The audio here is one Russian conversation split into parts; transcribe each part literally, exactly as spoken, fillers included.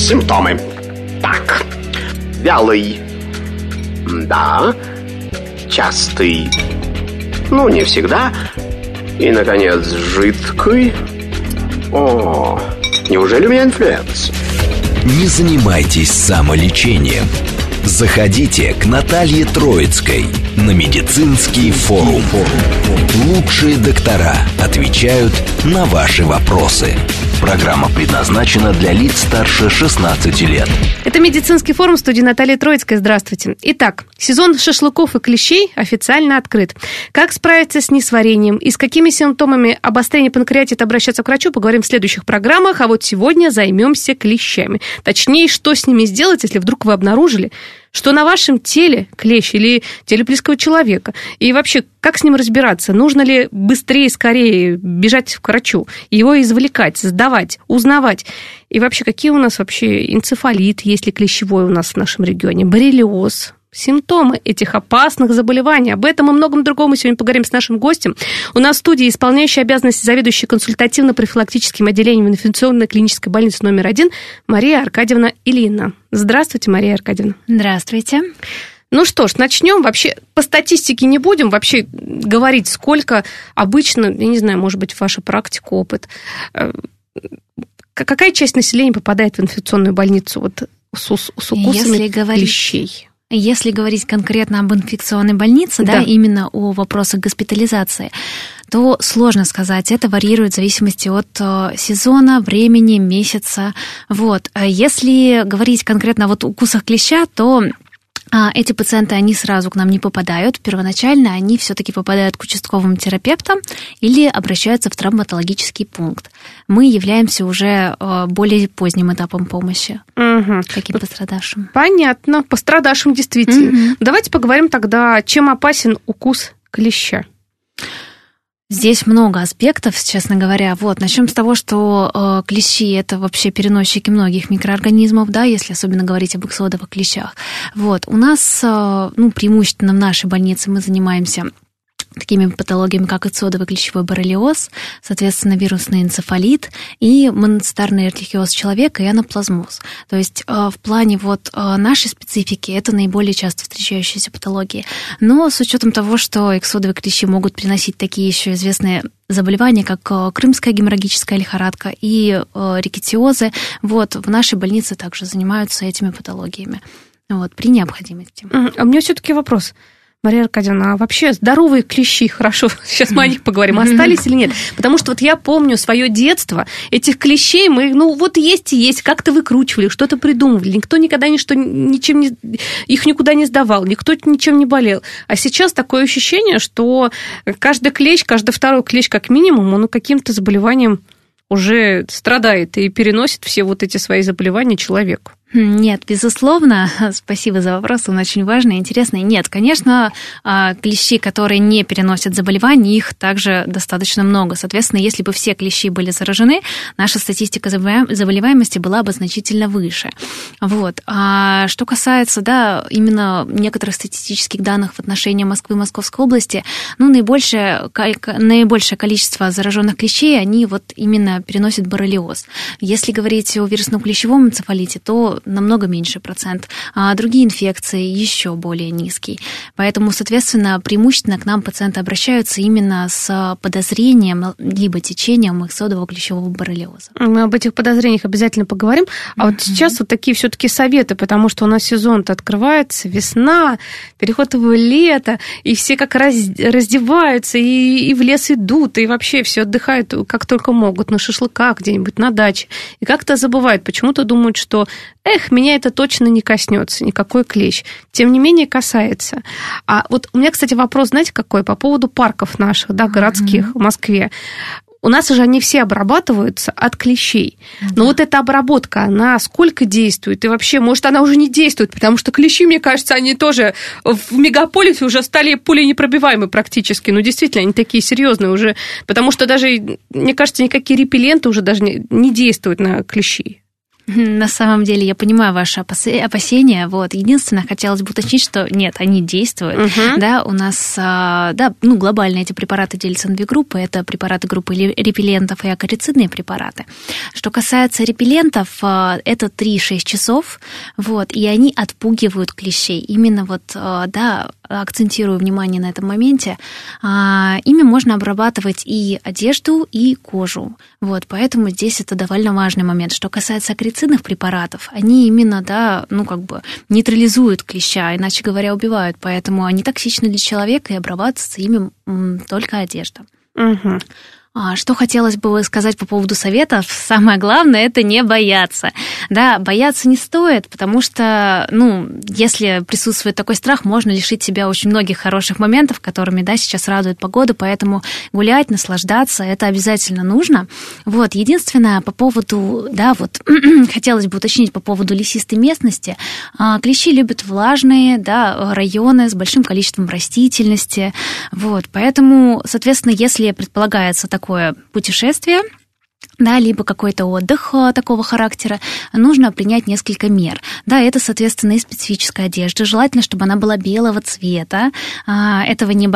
Симптомы. Так. Вялый. Да. Частый. Ну, не всегда. И, наконец, жидкий. О, неужели у меня инфлюенс? Не занимайтесь самолечением. Заходите к Наталье Троицкой на медицинский форум. Лучшие доктора отвечают на ваши вопросы. Программа предназначена для лиц старше шестнадцати лет. Это медицинский форум, в студии Наталья Троицкая. Здравствуйте. Итак, сезон шашлыков и клещей официально открыт. Как справиться с несварением и с какими симптомами обострения панкреатита обращаться к врачу, поговорим в следующих программах. А вот сегодня займемся клещами. Точнее, что с ними сделать, если вдруг вы обнаружили, что на вашем теле клещ или теле близкого человека. И вообще, как с ним разбираться? Нужно ли быстрее, скорее бежать к врачу, его извлекать, сдавать, узнавать? И вообще, какие у нас вообще энцефалит, есть ли клещевой у нас в нашем регионе, боррелиоз? Симптомы этих опасных заболеваний. Об этом и многом другом мы сегодня поговорим с нашим гостем. У нас в студии исполняющая обязанности заведующей консультативно-профилактическим отделением инфекционной клинической больницы номер один Мария Аркадьевна Ильина. Здравствуйте, Мария Аркадьевна. Здравствуйте. Ну что ж, начнем. Вообще, по статистике не будем вообще говорить, сколько обычно, я не знаю, может быть, в вашу практику, опыт. Какая часть населения попадает в инфекционную больницу вот с, с укусами клещей? Если говорить конкретно об инфекционной больнице, да. Да, именно о вопросах госпитализации, то сложно сказать. Это варьирует в зависимости от сезона, времени, месяца. Вот. Если говорить конкретно вот о укусах клеща, то эти пациенты, они сразу к нам не попадают. Первоначально они все-таки попадают к участковым терапевтам или обращаются в травматологический пункт. Мы являемся уже более поздним этапом помощи угу. таким пострадавшим. Понятно, пострадавшим действительно. Угу. Давайте поговорим тогда, чем опасен укус клеща. Здесь много аспектов, честно говоря. Вот, начнем с того, что э, клещи – это вообще переносчики многих микроорганизмов, да, если особенно говорить об иксодовых клещах. Вот, у нас, э, ну, преимущественно в нашей больнице мы занимаемся такими патологиями, как иксодовый клещевой боррелиоз, соответственно, вирусный энцефалит и моноцитарный эрхиоз человека и анаплазмоз. То есть в плане вот нашей специфики это наиболее часто встречающиеся патологии. Но с учетом того, что иксодовые клещи могут приносить такие еще известные заболевания, как крымская геморрагическая лихорадка и рикетиозы, вот, в нашей больнице также занимаются этими патологиями вот, при необходимости. А у меня все-таки вопрос. Мария Аркадьевна, а вообще здоровые клещи, хорошо, сейчас мы о них поговорим, остались или нет? Потому что вот я помню свое детство, этих клещей мы, ну вот есть и есть, как-то выкручивали, что-то придумывали, никто никогда ничто, ничем не, их никуда не сдавал, никто ничем не болел. А сейчас такое ощущение, что каждый клещ, каждый второй клещ как минимум, он каким-то заболеванием уже страдает и переносит все вот эти свои заболевания человеку. Нет, безусловно, спасибо за вопрос, он очень важный и интересный. Нет, конечно, клещи, которые не переносят заболеваний, их также достаточно много. Соответственно, если бы все клещи были заражены, наша статистика заболеваемости была бы значительно выше. Вот. А что касается, да, именно некоторых статистических данных в отношении Москвы и Московской области, ну, наибольшее, наибольшее количество зараженных клещей, они вот именно переносят боррелиоз. Если говорить о вирусно-клещевом энцефалите, то намного меньше процент, а другие инфекции еще более низкий. Поэтому, соответственно, преимущественно к нам пациенты обращаются именно с подозрением либо течением иксодового клещевого боррелиоза. Мы об этих подозрениях обязательно поговорим. А mm-hmm. вот сейчас вот такие все-таки советы, потому что у нас сезон-то открывается, весна, переход в лето, и все как раз раздеваются, и, и в лес идут, и вообще все отдыхают как только могут, на шашлыках где-нибудь, на даче. И как-то забывают, почему-то думают, что эх, меня это точно не коснется, никакой клещ. Тем не менее, касается. А вот у меня, кстати, вопрос, знаете, какой? По поводу парков наших, да, городских mm-hmm. в Москве. У нас уже они все обрабатываются от клещей. Mm-hmm. Но вот эта обработка, она сколько действует? И вообще, может, она уже не действует, потому что клещи, мне кажется, они тоже в мегаполисе уже стали пуленепробиваемы практически. Ну, действительно, они такие серьезные уже. Потому что даже, мне кажется, никакие репелленты уже даже не, не действуют на клещей. На самом деле, я понимаю ваши опасения. Вот. Единственное, хотелось бы уточнить, что нет, они действуют. Угу. Да, у нас да, ну, глобально эти препараты делятся на две группы. Это препараты группы репеллентов и акарицидные препараты. Что касается репеллентов, это три-шесть часов, вот, и они отпугивают клещей. Именно вот, да, акцентирую внимание на этом моменте, ими можно обрабатывать и одежду, и кожу. Вот, поэтому здесь это довольно важный момент. Что касается акарицидных препаратов, они именно, да, ну, как бы нейтрализуют клеща, иначе говоря, убивают. Поэтому они токсичны для человека, и обрабатываться ими только одежда. Угу. Что хотелось бы сказать по поводу советов? Самое главное – это не бояться. Да, бояться не стоит, потому что, ну, если присутствует такой страх, можно лишить себя очень многих хороших моментов, которыми, да, сейчас радует погода, поэтому гулять, наслаждаться – это обязательно нужно. Вот, единственное, по поводу, да, вот, хотелось бы уточнить по поводу лесистой местности. Клещи любят влажные, да, районы с большим количеством растительности, вот, поэтому, соответственно, если предполагается такое такое путешествие, да, либо какой-то отдых такого характера, нужно принять несколько мер. Да, это, соответственно, и специфическая одежда. Желательно, чтобы она была белого цвета, этого не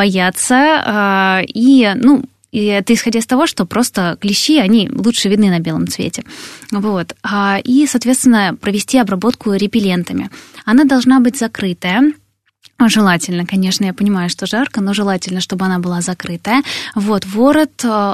бояться. И, ну, и это исходя из того, что просто клещи, они лучше видны на белом цвете. Вот. И, соответственно, провести обработку репеллентами. Она должна быть закрытая. Желательно, конечно, я понимаю, что жарко, но желательно, чтобы она была закрытая. Вот, ворот,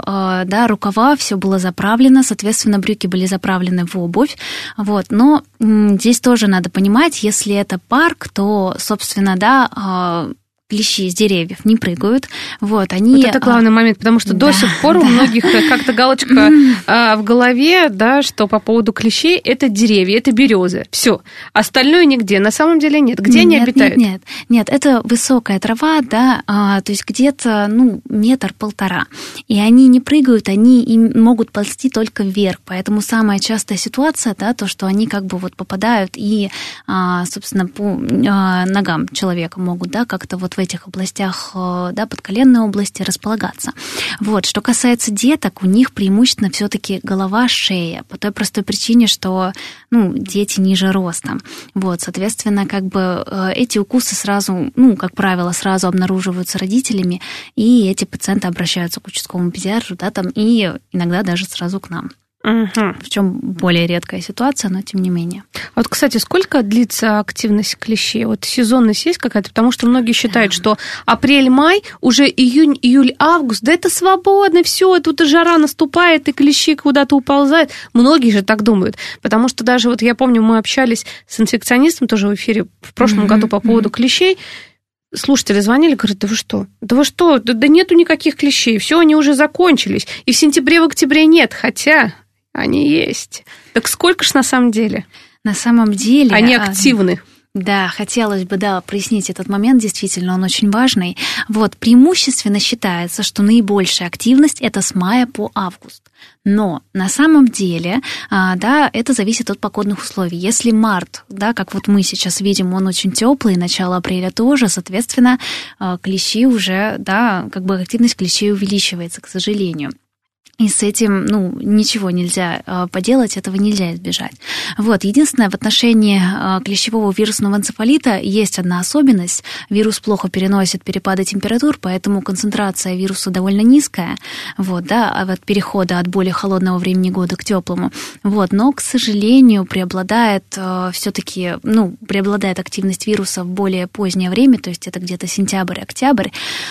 да, рукава, все было заправлено, соответственно, брюки были заправлены в обувь. Вот, но здесь тоже надо понимать, если это парк, то, собственно, да, клещи с деревьев не прыгают. Вот, они... вот это главный момент, потому что да, до сих пор да. у многих как-то галочка в голове, да, что по поводу клещей это деревья, это березы. Все. Остальное нигде. На самом деле нет. Где нет, они обитают? Нет, нет, нет. Это высокая трава, да, а, то есть где-то, ну, метр-полтора. И они не прыгают, они им могут ползти только вверх. Поэтому самая частая ситуация, да, то, что они как бы вот попадают и, а, собственно, по а, ногам человека могут, да, как-то вот в этих областях, да, подколенной области располагаться. Вот. Что касается деток, у них преимущественно все-таки голова, шея, по той простой причине, что, ну, дети ниже ростом. Вот. Соответственно, как бы эти укусы сразу, ну, как правило, сразу обнаруживаются родителями, и эти пациенты обращаются к участковому педиатру, да, там, и иногда даже сразу к нам. Угу. Причем более редкая ситуация, но тем не менее. А вот, кстати, сколько длится активность клещей? Вот сезонность есть какая-то? Потому что многие считают, да. что апрель-май, уже июнь, июль, август, да это свободно, все, тут и жара наступает, и клещи куда-то уползают. Многие же так думают. Потому что даже вот я помню, мы общались с инфекционистом тоже в эфире в прошлом mm-hmm. году по поводу mm-hmm. клещей. Слушатели звонили, говорят, да вы что? Да вы что? Да, да нету никаких клещей, все, они уже закончились. И в сентябре, в октябре нет, хотя... они есть. Так сколько ж на самом деле? На самом деле... Они активны. Да, хотелось бы, да, прояснить этот момент, действительно, он очень важный. Вот, преимущественно считается, что наибольшая активность – это с мая по август. Но на самом деле, да, это зависит от погодных условий. Если март, да, как вот мы сейчас видим, он очень теплый, начало апреля тоже, соответственно, клещи уже, да, как бы активность клещей увеличивается, к сожалению. И с этим, ну, ничего нельзя поделать, этого нельзя избежать. Вот, единственное, в отношении клещевого вирусного энцефалита есть одна особенность. Вирус плохо переносит перепады температур, поэтому концентрация вируса довольно низкая, вот, да, от перехода от более холодного времени года к теплому. Вот, но, к сожалению, преобладает все-таки, ну, преобладает активность вируса в более позднее время, то есть это где-то сентябрь-октябрь,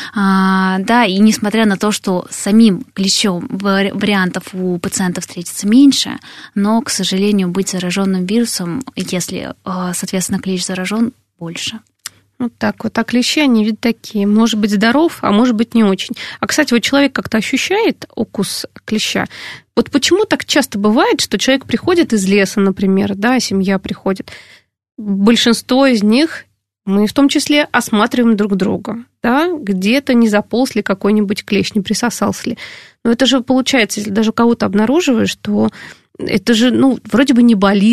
а, да, и несмотря на то, что самим клещом в вариантов у пациентов встретится меньше, но, к сожалению, быть зараженным вирусом, если, соответственно, клещ заражен, больше. Вот так вот. А клещи, они ведь такие. Может быть, здоров, а может быть, не очень. А, кстати, вот человек как-то ощущает укус клеща. Вот почему так часто бывает, что человек приходит из леса, например, да, семья приходит. Большинство из них, мы в том числе осматриваем друг друга, да, где-то не заполз ли какой-нибудь клещ, не присосался ли. Но это же получается, если даже кого-то обнаруживаешь, то это же, ну, вроде бы не болит.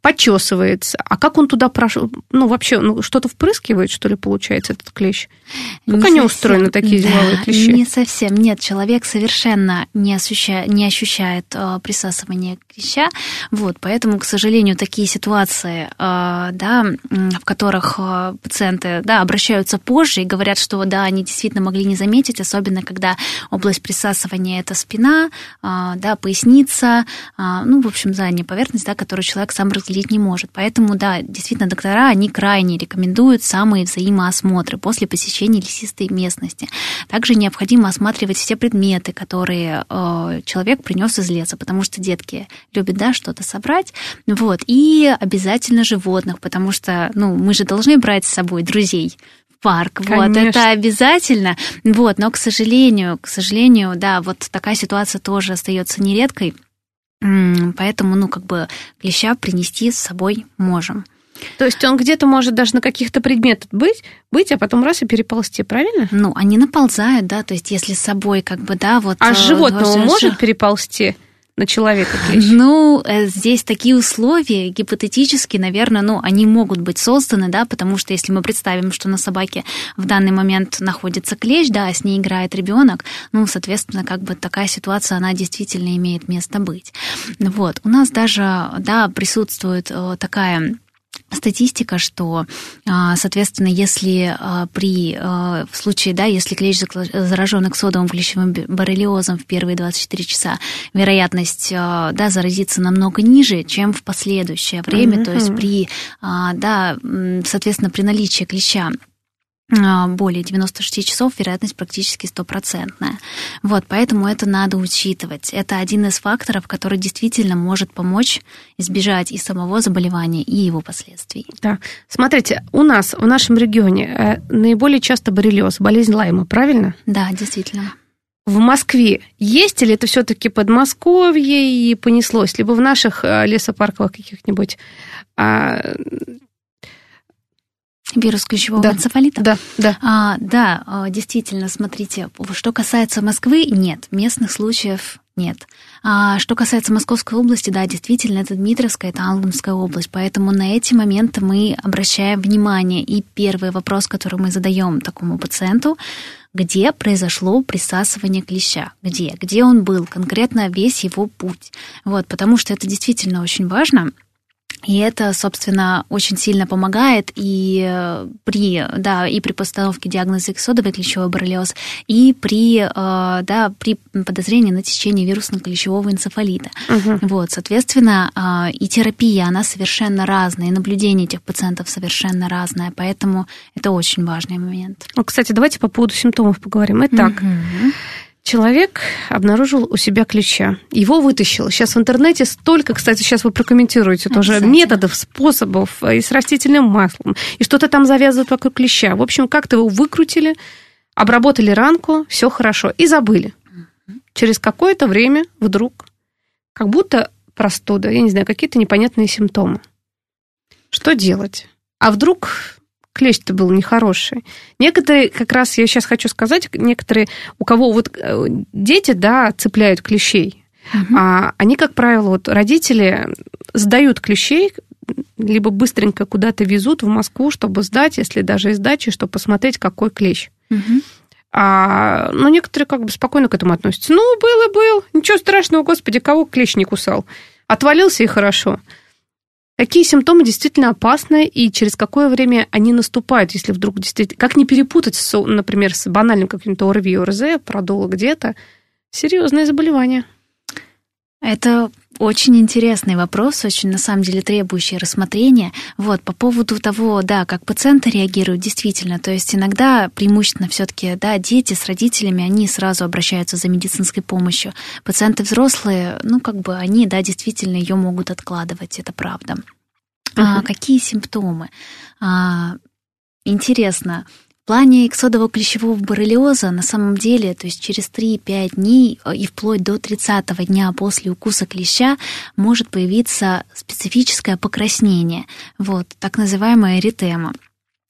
почесывается. А как он туда прошел? Ну, вообще, ну, что-то впрыскивает, что ли, получается, этот клещ? Как не они совсем устроены, такие зимовые да, клещи? Не совсем. Нет, человек совершенно не ощущает, не ощущает э, присасывания клеща. Вот, поэтому, к сожалению, такие ситуации, э, да, в которых э, пациенты да, обращаются позже и говорят, что да, они действительно могли не заметить, особенно когда область присасывания – это спина, э, да, поясница, э, ну, в общем, задняя поверхность, да, которую человек сам разглядеть не может. Поэтому, да, действительно, доктора, они крайне рекомендуют самые взаимоосмотры после посещения лесистой местности. Также необходимо осматривать все предметы, которые э, человек принес из леса, потому что детки любят, да, что-то собрать. Вот. И обязательно животных, потому что, ну, мы же должны брать с собой друзей в парк. Вот, это обязательно. Вот. Но, к сожалению, к сожалению, да, вот такая ситуация тоже остается нередкой. Поэтому, ну, как бы клеща принести с собой можем. То есть он где-то может даже на каких-то предметах быть, быть, а потом раз и переползти, правильно? Ну, они наползают, да, то есть если с собой, как бы, да, вот... А животного может переползти на человека клещ? Ну, здесь такие условия гипотетически, наверное, ну, они могут быть созданы, да, потому что если мы представим, что на собаке в данный момент находится клещ, да, а с ней играет ребенок, ну, соответственно, как бы такая ситуация, она действительно имеет место быть. Вот, у нас даже, да, присутствует такая статистика, что, соответственно, если при, в случае, да, если клещ заражен эксодовым клещевым боррелиозом в первые двадцать четыре часа, вероятность, да, заразиться намного ниже, чем в последующее время, mm-hmm. то есть при, да, соответственно, при наличии клеща более девяноста шести часов, вероятность практически стопроцентная. Вот, поэтому это надо учитывать. Это один из факторов, который действительно может помочь избежать и самого заболевания, и его последствий. Да. Смотрите, у нас, в нашем регионе, наиболее часто боррелиоз, болезнь Лайма, правильно? Да, действительно. В Москве есть или это все-таки Подмосковье и понеслось? Либо в наших лесопарковых каких-нибудь... Вирус клещевого да. энцефалита? Да, да. А, да, действительно, смотрите, что касается Москвы, нет, местных случаев нет. А что касается Московской области, да, действительно, это Дмитровская, это Алгунская область, поэтому на эти моменты мы обращаем внимание. И первый вопрос, который мы задаем такому пациенту, где произошло присасывание клеща, где, где он был, конкретно весь его путь. Вот, потому что это действительно очень важно. И это, собственно, очень сильно помогает и при, да, и при постановке диагноза эксодовый клещевой боррелиоз, и при, да, при подозрении на течение вирусно-клещевого энцефалита. Угу. Вот, соответственно, и терапия, она совершенно разная, и наблюдение этих пациентов совершенно разное, поэтому это очень важный момент. Кстати, давайте по поводу симптомов поговорим. Итак, угу. Человек обнаружил у себя клеща, его вытащил. Сейчас в интернете столько, кстати, сейчас вы прокомментируете тоже методов, способов, и с растительным маслом, и что-то там завязывают вокруг клеща. В общем, как-то его выкрутили, обработали ранку, все хорошо, и забыли. Через какое-то время вдруг, как будто простуда, я не знаю, какие-то непонятные симптомы. Что делать? А вдруг... клещ-то был нехороший. Некоторые, как раз я сейчас хочу сказать, некоторые, у кого вот дети, да, цепляют клещей, угу. а они, как правило, вот родители сдают клещей, либо быстренько куда-то везут в Москву, чтобы сдать, если даже из дачи, чтобы посмотреть, какой клещ. Угу. А, но некоторые как бы спокойно к этому относятся. Ну, был и был, ничего страшного, господи, кого клещ не кусал. Отвалился и хорошо. Какие симптомы действительно опасны и через какое время они наступают, если вдруг действительно... Как не перепутать, с, например, с банальным каким-то ОРВИ, ОРЗ, продуло где-то? Серьезное заболевание. Это очень интересный вопрос, очень, на самом деле, требующий рассмотрения. Вот, по поводу того, да, как пациенты реагируют, действительно, то есть иногда преимущественно все-таки, да, дети с родителями, они сразу обращаются за медицинской помощью. Пациенты взрослые, ну, как бы они, да, действительно ее могут откладывать, это правда. Uh-huh. А, какие симптомы? А, интересно. В плане эксодового клещевого боррелиоза на самом деле, то есть через три-пять дней и вплоть до тридцатого дня после укуса клеща может появиться специфическое покраснение, вот, так называемая эритема.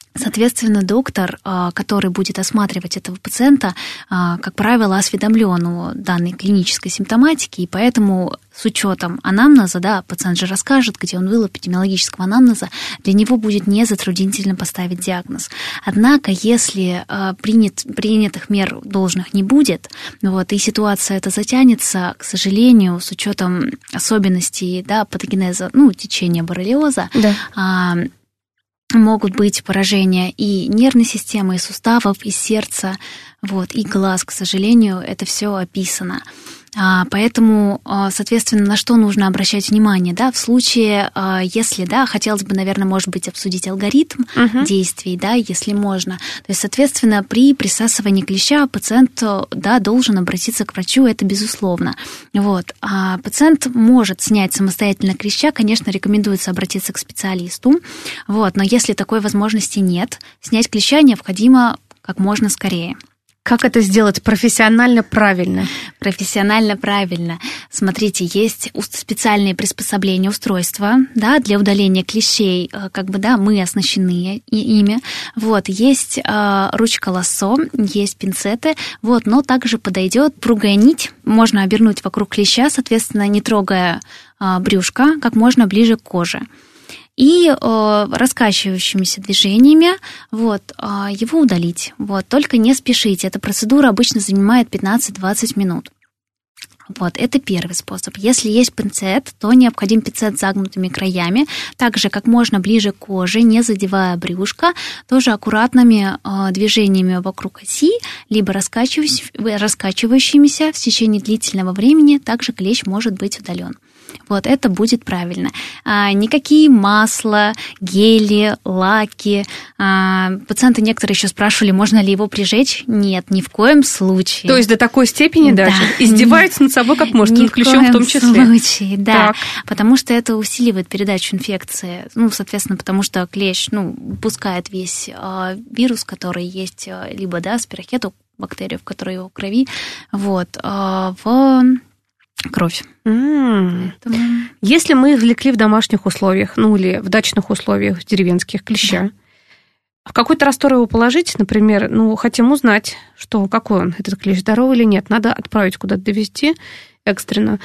Соответственно, доктор, который будет осматривать этого пациента, как правило, осведомлен о данной клинической симптоматике, и поэтому с учетом анамнеза, да, пациент же расскажет, где он был, эпидемиологического анамнеза, для него будет не затруднительно поставить диагноз. Однако, если принят, принятых мер должных не будет, вот, и ситуация эта затянется, к сожалению, с учетом особенностей, да, патогенеза, ну, течения боррелиоза, да. Могут быть поражения и нервной системы, и суставов, и сердца, вот, и глаз, к сожалению, это все описано. Поэтому, соответственно, на что нужно обращать внимание, да, в случае, если, да, хотелось бы, наверное, может быть, обсудить алгоритм uh-huh. действий, да, если можно. То есть, соответственно, при присасывании клеща пациент, да, должен обратиться к врачу, это безусловно. Вот. А пациент может снять самостоятельно клеща, конечно, рекомендуется обратиться к специалисту, вот, но если такой возможности нет, снять клеща необходимо как можно скорее. Как это сделать профессионально правильно? Профессионально правильно. Смотрите, есть специальные приспособления, устройства, да, для удаления клещей, как бы, да, мы оснащены ими. Вот, есть э, ручка лассо, есть пинцеты, вот, но также подойдет упругая нить, можно обернуть вокруг клеща, соответственно, не трогая э, брюшко, как можно ближе к коже. И э, раскачивающимися движениями вот, э, его удалить. Вот, только не спешите. Эта процедура обычно занимает пятнадцать-двадцать минут. Вот, это первый способ. Если есть пинцет, то необходим пинцет с загнутыми краями, также как можно ближе к коже, не задевая брюшко, тоже аккуратными э, движениями вокруг оси, либо раскачивающимися в течение длительного времени, также клещ может быть удален. Вот, это будет правильно. А, никакие масла, гели, лаки. А, пациенты некоторые еще спрашивали, можно ли его прижечь. Нет, ни в коем случае. То есть до такой степени даже? Да. Издеваются над собой как может, над клещом в том числе? Ни в коем случае, да. Так. Потому что это усиливает передачу инфекции. Ну, соответственно, потому что клещ, ну, пускает весь э, вирус, который есть, либо, да, спирохету, бактерию, в которой его в крови, вот, э, в... кровь. Mm. Поэтому... Если мы извлекли в домашних условиях, ну или в дачных условиях деревенских клеща, да. в какой-то раствор его положить, например, ну, хотим узнать, что, какой он, этот клещ, здоровый или нет, надо отправить куда-то довезти экстренно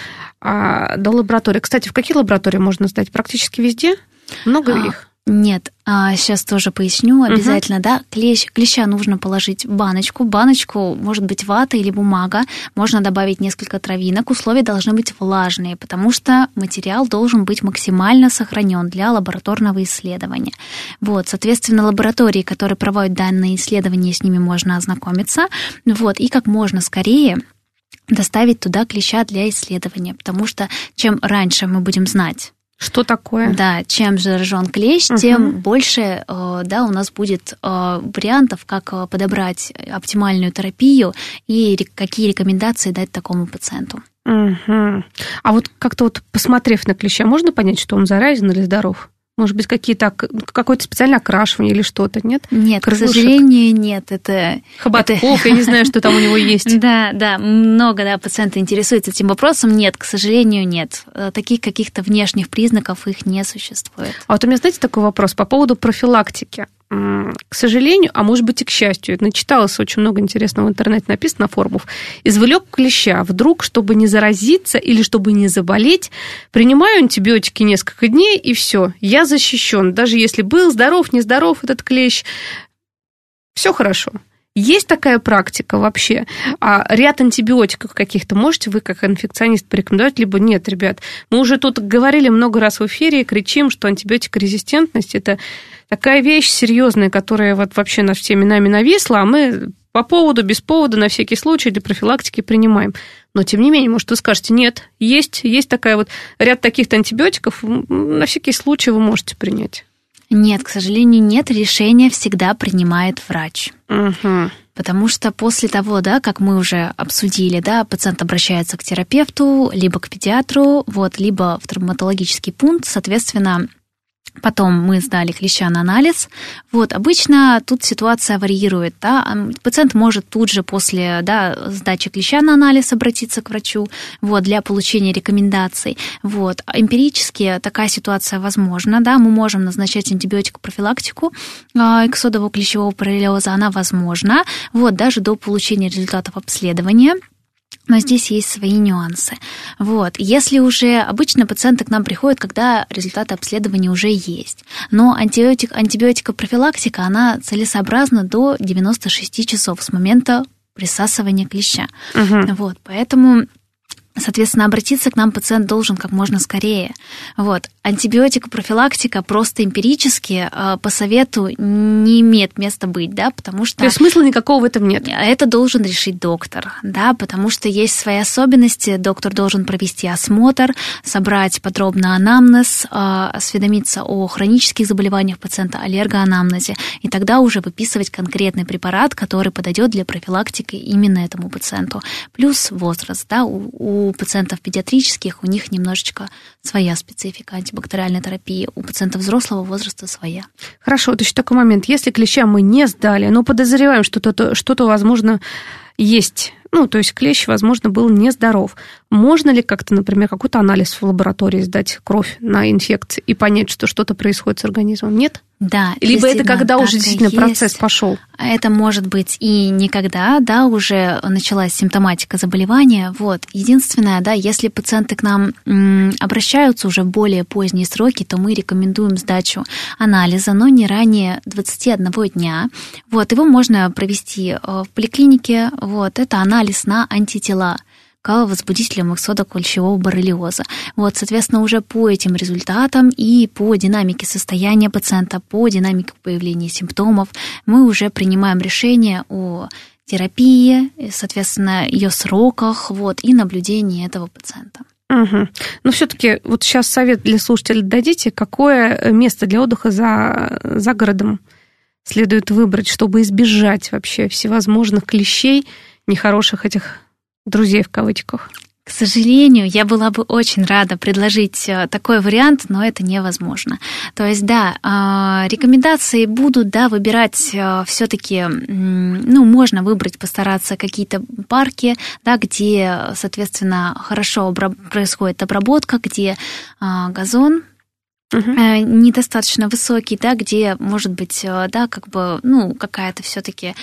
а, до лаборатории. Кстати, в какие лаборатории можно сдать? Практически везде? Много а... их? Нет, а, сейчас тоже поясню обязательно, uh-huh. да, клещ, клеща нужно положить в баночку, баночку может быть вата или бумага, можно добавить несколько травинок, условия должны быть влажные, потому что материал должен быть максимально сохранен для лабораторного исследования. Вот, соответственно, лаборатории, которые проводят данные исследования, с ними можно ознакомиться, вот, и как можно скорее доставить туда клеща для исследования, потому что чем раньше мы будем знать, что такое? Да, чем заражен клещ, угу. тем больше, да, у нас будет вариантов, как подобрать оптимальную терапию и какие рекомендации дать такому пациенту. Угу. А вот как-то вот посмотрев на клеща, можно понять, что он заразен или здоров? Может быть, какие-то, какое-то специальное окрашивание или что-то, нет? Нет, Крылышек? К сожалению, нет. Это, Хоботков, это... я не знаю, что там у него есть. Да, да, много, да, пациентов интересуются этим вопросом. Нет, к сожалению, нет. Таких каких-то внешних признаков их не существует. А вот у меня, знаете, такой вопрос по поводу профилактики. К сожалению, а может быть и к счастью, начиталось очень много интересного в интернете, написано на форумах, извлек клеща, вдруг, чтобы не заразиться или чтобы не заболеть, принимаю антибиотики несколько дней, и все, я защищен. Даже если был здоров, нездоров этот клещ, все хорошо. Есть такая практика вообще? А ряд антибиотиков каких-то можете вы, как инфекционист, порекомендовать? Либо нет, ребят? Мы уже тут говорили много раз в эфире и кричим, что антибиотикорезистентность – это такая вещь серьезная, которая вот вообще над всеми нами нависла, а мы по поводу, без повода, на всякий случай для профилактики принимаем. Но, тем не менее, может, вы скажете, нет, есть, есть такая вот ряд таких-то антибиотиков, на всякий случай вы можете принять. Нет, к сожалению, нет. Решение всегда принимает врач. Угу. Потому что после того, да, как мы уже обсудили, да, пациент обращается к терапевту, либо к педиатру, вот, либо в травматологический пункт, соответственно, Потом мы сдали клеща на анализ. Вот, обычно тут ситуация варьирует. Да? Пациент может тут же после, да, сдачи клеща на анализ обратиться к врачу, вот, для получения рекомендаций. Вот. Эмпирически такая ситуация возможна. Да? Мы можем назначать антибиотикопрофилактику иксодового клещевого боррелиоза. Она возможна, вот, даже до получения результатов обследования. Но здесь есть свои нюансы. Вот. Если уже обычно пациенты к нам приходят, когда результаты обследования уже есть. Но антибиотик, антибиотикопрофилактика, она целесообразна до девяноста шести часов с момента присасывания клеща. Угу. Вот. Поэтому, соответственно, обратиться к нам пациент должен как можно скорее. Вот. Антибиотикопрофилактика просто эмпирически по совету не имеет места быть, да, потому что... То есть смысла никакого в этом нет? Это должен решить доктор, да, потому что есть свои особенности. Доктор должен провести осмотр, собрать подробно анамнез, осведомиться о хронических заболеваниях пациента, аллергоанамнезе, и тогда уже выписывать конкретный препарат, который подойдет для профилактики именно этому пациенту. Плюс возраст, да, у, у пациентов педиатрических у них немножечко своя специфика антибактериальной терапии, у пациентов взрослого возраста своя. Хорошо, вот еще такой момент. Если клеща мы не сдали, но подозреваем, что что-то, что-то возможно, есть, ну, то есть клещ, возможно, был нездоров, можно ли как-то, например, какой-то анализ в лаборатории сдать кровь на инфекции и понять, что что-то происходит с организмом? Нет? Да. Либо это когда уже действительно процесс пошел? Это может быть и никогда, да, уже началась симптоматика заболевания. Вот. Единственное, да, если пациенты к нам м, обращаются уже в более поздние сроки, то мы рекомендуем сдачу анализа, но не ранее двадцати одного дня. Вот. Его можно провести в поликлинике. Вот. Это анализ на антитела к возбудителям иксодового клещевого боррелиоза. Вот, соответственно, уже по этим результатам и по динамике состояния пациента, по динамике появления симптомов мы уже принимаем решение о терапии, соответственно, ее сроках, вот, и наблюдении этого пациента. Угу. Но все-таки вот сейчас совет для слушателей дадите, какое место для отдыха за, за городом следует выбрать, чтобы избежать вообще всевозможных клещей, нехороших этих друзей в кавычках? К сожалению, я была бы очень рада предложить такой вариант, но это невозможно. То есть, да, рекомендации будут, да, выбирать все-таки, ну, можно выбрать, постараться какие-то парки, да, где, соответственно, хорошо происходит обработка, где газон Uh-huh. недостаточно высокий, да, где, может быть, да, как бы, ну, какая-то все-таки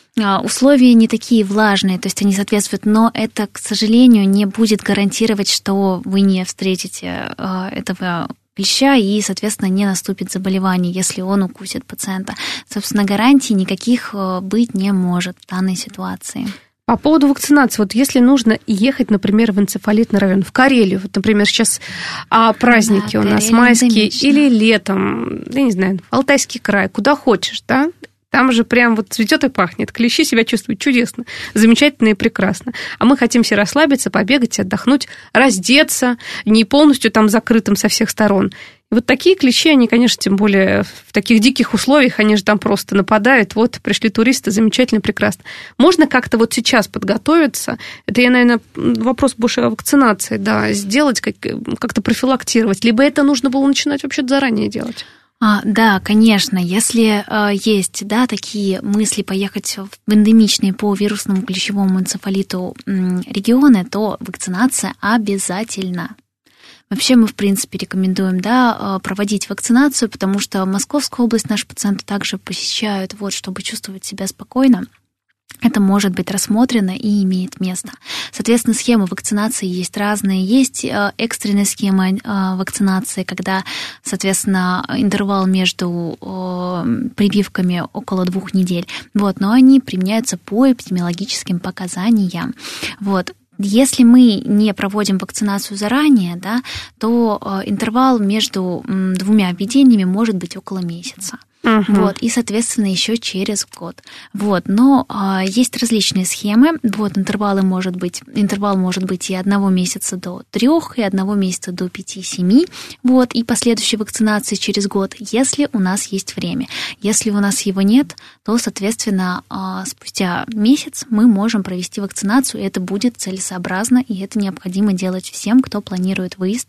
условия не такие влажные, то есть они соответствуют, но это, к сожалению, не будет гарантировать, что вы не встретите этого клеща и, соответственно, не наступит заболевание, если он укусит пациента. Собственно, гарантий никаких быть не может в данной ситуации. По поводу вакцинации, вот если нужно ехать, например, в энцефалитный район, в Карелию, вот, например, сейчас а, праздники да, у нас майские, или летом, я не знаю, в Алтайский край, куда хочешь, да, там же прям вот цветет и пахнет, клещи себя чувствуют чудесно, замечательно и прекрасно. А мы хотим все расслабиться, побегать, отдохнуть, раздеться, не полностью там закрытым со всех сторон. И вот такие клещи, они, конечно, тем более в таких диких условиях, они же там просто нападают. Вот пришли туристы, замечательно, прекрасно. Можно как-то вот сейчас подготовиться? Это, я, наверное, вопрос больше о вакцинации, да, сделать, как- как-то профилактировать. Либо это нужно было начинать вообще заранее делать? А, да, конечно, если э, есть, да, такие мысли поехать в эндемичные по вирусному клещевому энцефалиту м, регионы, то вакцинация обязательна. Вообще мы, в принципе, рекомендуем, да, проводить вакцинацию, потому что Московскую область наши пациенты также посещают, вот, чтобы чувствовать себя спокойно. Это может быть рассмотрено и имеет место. Соответственно, схемы вакцинации есть разные. Есть экстренные схемы вакцинации, когда, соответственно, интервал между прививками около двух недель. Вот, но они применяются по эпидемиологическим показаниям. Вот. Если мы не проводим вакцинацию заранее, да, то интервал между двумя введениями может быть около месяца. Uh-huh. Вот, и, соответственно, еще через год. Вот, но а, есть различные схемы. Вот, интервалы может быть, интервал может быть и одного месяца до трех, и одного месяца до пяти-семи. Вот, и последующей вакцинации через год, если у нас есть время. Если у нас его нет, то, соответственно, а, спустя месяц мы можем провести вакцинацию, и это будет целесообразно, и это необходимо делать всем, кто планирует выезд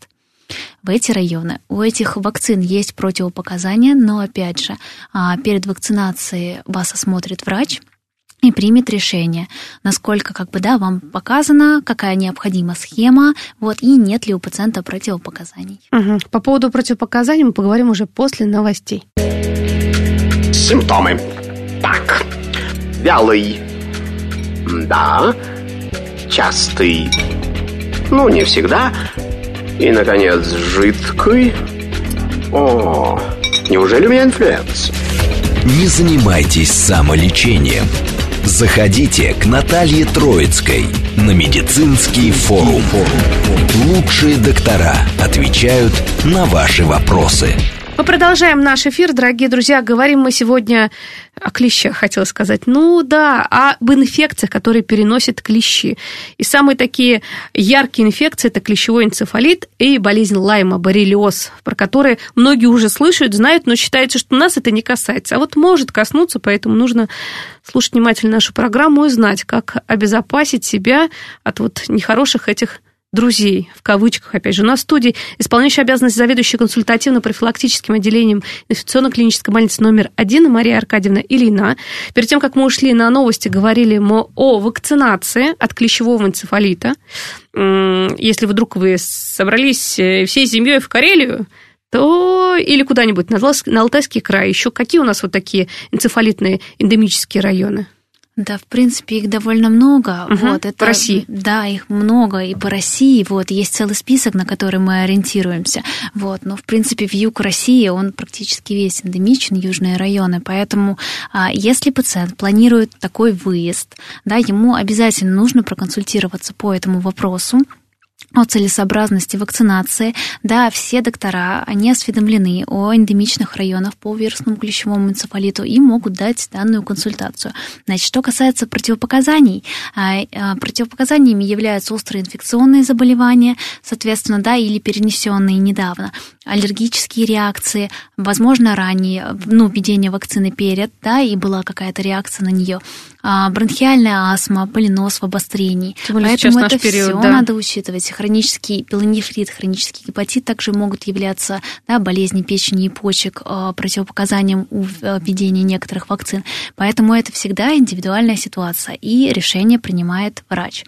в эти районы. У этих вакцин есть противопоказания, но, опять же, перед вакцинацией вас осмотрит врач и примет решение, насколько как бы, да, вам показано, какая необходима схема, вот, и нет ли у пациента противопоказаний. Угу. По поводу противопоказаний мы поговорим уже после новостей. Симптомы. Так, вялый, да, частый, ну, не всегда, и, наконец, жидкий. О, неужели у меня инфлюенс? Не занимайтесь самолечением. Заходите к Наталье Троицкой на медицинский форум. Лучшие доктора отвечают на ваши вопросы. Мы продолжаем наш эфир, дорогие друзья. Говорим мы сегодня о клещах, хотела сказать. Ну да, об инфекциях, которые переносят клещи. И самые такие яркие инфекции – это клещевой энцефалит и болезнь Лайма, боррелиоз, про которые многие уже слышат, знают, но считается, что нас это не касается. А вот может коснуться, поэтому нужно слушать внимательно нашу программу и знать, как обезопасить себя от вот нехороших этих друзей, в кавычках, опять же, у нас в студии исполняющая обязанности заведующей консультативно-профилактическим отделением инфекционно-клинической больницы номер один Мария Аркадьевна Ильина. Перед тем, как мы ушли на новости, говорили мы о вакцинации от клещевого энцефалита. Если вдруг вы собрались всей семьей в Карелию, то или куда-нибудь на Алтайский край, еще какие у нас вот такие энцефалитные эндемические районы? Да, в принципе, их довольно много. Угу, вот, это, по России. Да, их много и по России. Вот, есть целый список, на который мы ориентируемся. Вот, но, в принципе, в юг России он практически весь эндемичен, южные районы. Поэтому, если пациент планирует такой выезд, да, ему обязательно нужно проконсультироваться по этому вопросу о целесообразности вакцинации. Да, все доктора, они осведомлены о эндемичных районах по вирусному клещевому энцефалиту и могут дать данную консультацию. Значит, что касается противопоказаний, противопоказаниями являются острые инфекционные заболевания, соответственно, да, или перенесенные недавно, аллергические реакции, возможно, ранее, ну, введение вакцины перед, да, и была какая-то реакция на нее, бронхиальная астма, полинос в обострении. Поэтому это все да. надо учитывать. Хронический пилонефрит, хронический гепатит также могут являться, да, болезни печени и почек противопоказанием у введения некоторых вакцин. Поэтому это всегда индивидуальная ситуация, и решение принимает врач.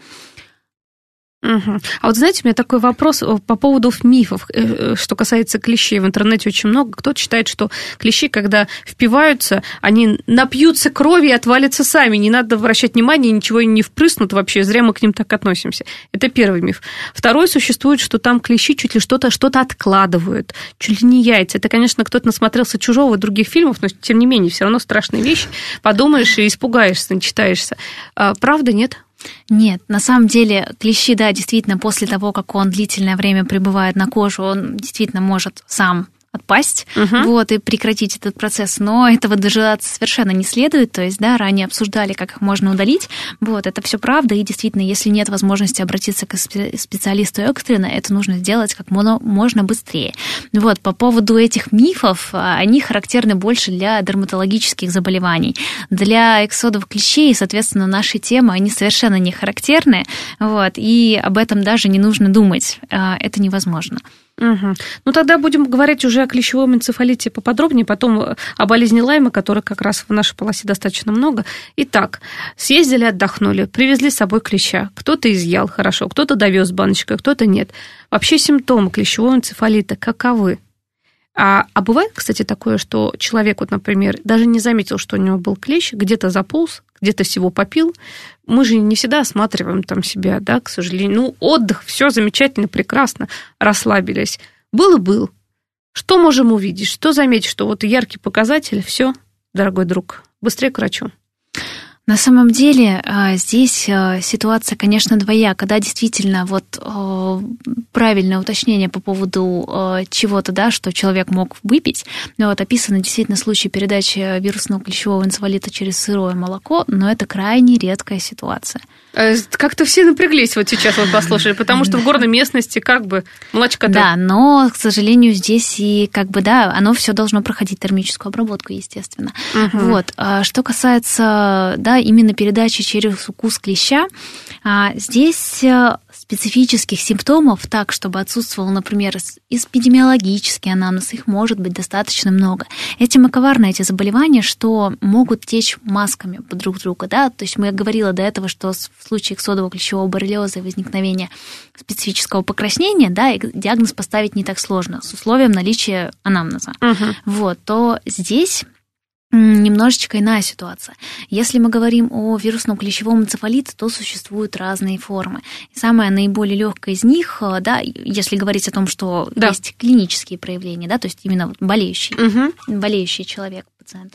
Угу. А вот знаете, у меня такой вопрос по поводу мифов, что касается клещей. В интернете очень много. Кто-то считает, что клещи, когда впиваются, они напьются крови и отвалятся сами. Не надо обращать внимание, ничего не впрыснут вообще. Зря мы к ним так относимся. Это первый миф. Второй существует, что там клещи чуть ли что-то, что-то откладывают, чуть ли не яйца. Это, конечно, кто-то насмотрелся «Чужого» и других фильмов, но, тем не менее, все равно страшные вещи. Подумаешь и испугаешься, начитаешься. А, правда, нет? Нет, на самом деле клещи, да, действительно, после того, как он длительное время пребывает на коже, он действительно может сам отпасть, угу. вот, и прекратить этот процесс, но этого дожидаться совершенно не следует, то есть, да, ранее обсуждали, как их можно удалить, вот, это все правда, и действительно, если нет возможности обратиться к специалисту экстренно, это нужно сделать как можно быстрее. Вот, по поводу этих мифов, они характерны больше для дерматологических заболеваний. Для эксодов клещей, соответственно, наши темы, они совершенно не характерны, вот, и об этом даже не нужно думать, это невозможно. Угу. Ну, тогда будем говорить уже о клещевом энцефалите поподробнее, потом о болезни Лайма, которой как раз в нашей полосе достаточно много. Итак, съездили, отдохнули, привезли с собой клеща. Кто-то изъял хорошо, кто-то довез баночкой, кто-то нет. Вообще симптомы клещевого энцефалита каковы? А, а бывает, кстати, такое, что человек, вот, например, даже не заметил, что у него был клещ, где-то заполз, где-то всего попил. Мы же не всегда осматриваем там себя, да, к сожалению. Ну, отдых, все замечательно, прекрасно, расслабились. Был и был. Что можем увидеть? Что заметить? Что вот яркий показатель, все, дорогой друг, быстрее к врачу. На самом деле здесь ситуация, конечно, двояка. Да, действительно, вот правильное уточнение по поводу чего-то, да, что человек мог выпить. Вот описаны действительно случаи передачи вирусного клещевого энцефалита через сырое молоко, но это крайне редкая ситуация. Как-то все напряглись вот сейчас, вот послушали, потому что в горной местности как бы молочка-то... Да, но, к сожалению, здесь и как бы, да, оно все должно проходить термическую обработку, естественно. Угу. Вот. Что касается, да, да, именно передача через укус клеща. Здесь специфических симптомов так, чтобы отсутствовал, например, эпидемиологический анамнез, их может быть достаточно много. Этим и коварны эти заболевания, что могут течь масками друг друга, да, то есть я говорила до этого, что в случае иксодового клещевого боррелиоза и возникновения специфического покраснения, да, диагноз поставить не так сложно, с условием наличия анамнеза. Uh-huh. Вот, то здесь немножечко иная ситуация. Если мы говорим о вирусном клещевом энцефалите, то существуют разные формы. И самая наиболее легкая из них, да, если говорить о том, что да. есть клинические проявления, да, то есть именно болеющий, угу. болеющий человек, пациент.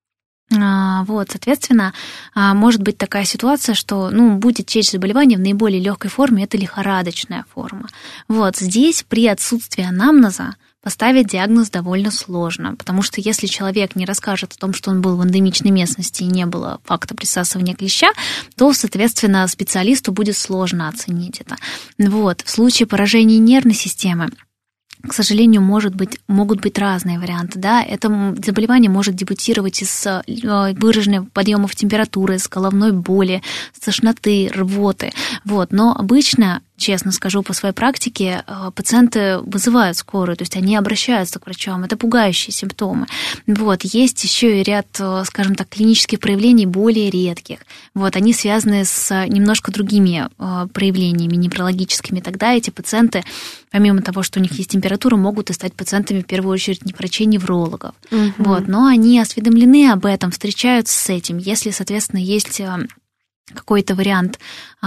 Вот, соответственно, может быть такая ситуация, что, ну, будет течь заболевание в наиболее легкой форме, это лихорадочная форма. Вот, здесь при отсутствии анамнеза поставить диагноз довольно сложно, потому что если человек не расскажет о том, что он был в эндемичной местности и не было факта присасывания клеща, то, соответственно, специалисту будет сложно оценить это. Вот. В случае поражения нервной системы, к сожалению, может быть, могут быть разные варианты. Да? Это заболевание может дебютировать из выраженных подъемов температуры, с головной боли, с тошноты, рвоты. Вот. Но обычно, честно скажу, по своей практике пациенты вызывают скорую, то есть они обращаются к врачам. Это пугающие симптомы. Вот. Есть еще и ряд, скажем так, клинических проявлений более редких. Вот. Они связаны с немножко другими проявлениями неврологическими. Тогда эти пациенты, помимо того, что у них есть температура, могут и стать пациентами, в первую очередь, не врачей-неврологов. Угу. Вот. Но они осведомлены об этом, встречаются с этим. Если, соответственно, есть какой-то вариант,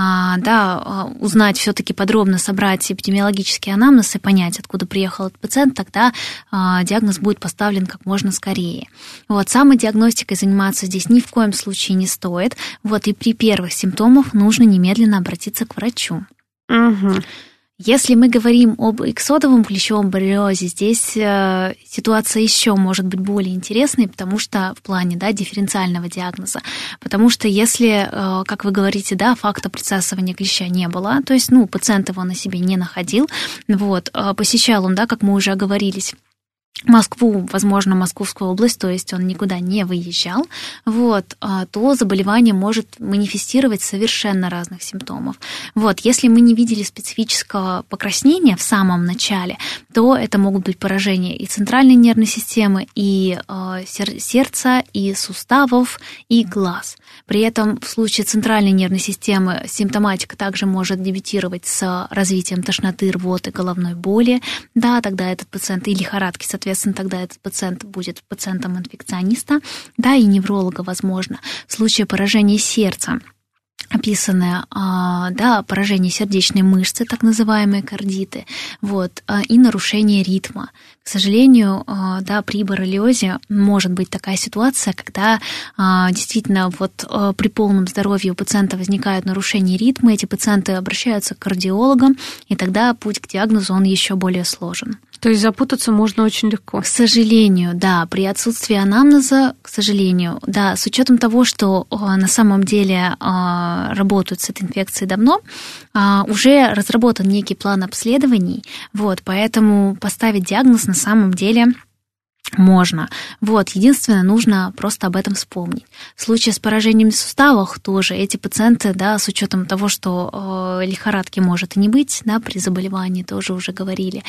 да, узнать все-таки подробно, собрать эпидемиологический анамнез и понять, откуда приехал этот пациент, тогда диагноз будет поставлен как можно скорее. Вот, самодиагностикой заниматься здесь ни в коем случае не стоит. Вот, и при первых симптомах нужно немедленно обратиться к врачу. Угу. Если мы говорим об иксодовом клещевом боррелиозе, здесь э, ситуация еще может быть более интересной, потому что в плане, да, дифференциального диагноза. Потому что если, э, как вы говорите, да, факта присасывания клеща не было, то есть, ну, пациент его на себе не находил, вот, э, посещал он, да, как мы уже оговорились, Москву, возможно, Московскую область, то есть он никуда не выезжал, вот, то заболевание может манифестировать совершенно разных симптомов. Вот, если мы не видели специфического покраснения в самом начале, то это могут быть поражения и центральной нервной системы, и э, сердца, и суставов, и глаз. При этом в случае центральной нервной системы симптоматика также может дебютировать с развитием тошноты, рвоты, головной боли, да, тогда этот пациент и лихорадки, соответственно, Соответственно, тогда этот пациент будет пациентом инфекциониста, да, и невролога, возможно. В случае поражения сердца, описанное, да, поражение сердечной мышцы, так называемые кардиты, вот, и нарушение ритма. К сожалению, да, при боррелиозе может быть такая ситуация, когда действительно вот при полном здоровье у пациента возникают нарушения ритма, эти пациенты обращаются к кардиологам, и тогда путь к диагнозу, он еще более сложен. То есть запутаться можно очень легко. К сожалению, да, при отсутствии анамнеза, к сожалению, да, с учетом того, что на самом деле работают с этой инфекцией давно, уже разработан некий план обследований, вот, поэтому поставить диагноз на самом деле можно. Вот, единственное, нужно просто об этом вспомнить. В случае с поражением в суставах тоже эти пациенты, да, с учетом того, что э, лихорадки может и не быть, да, при заболевании тоже уже говорили,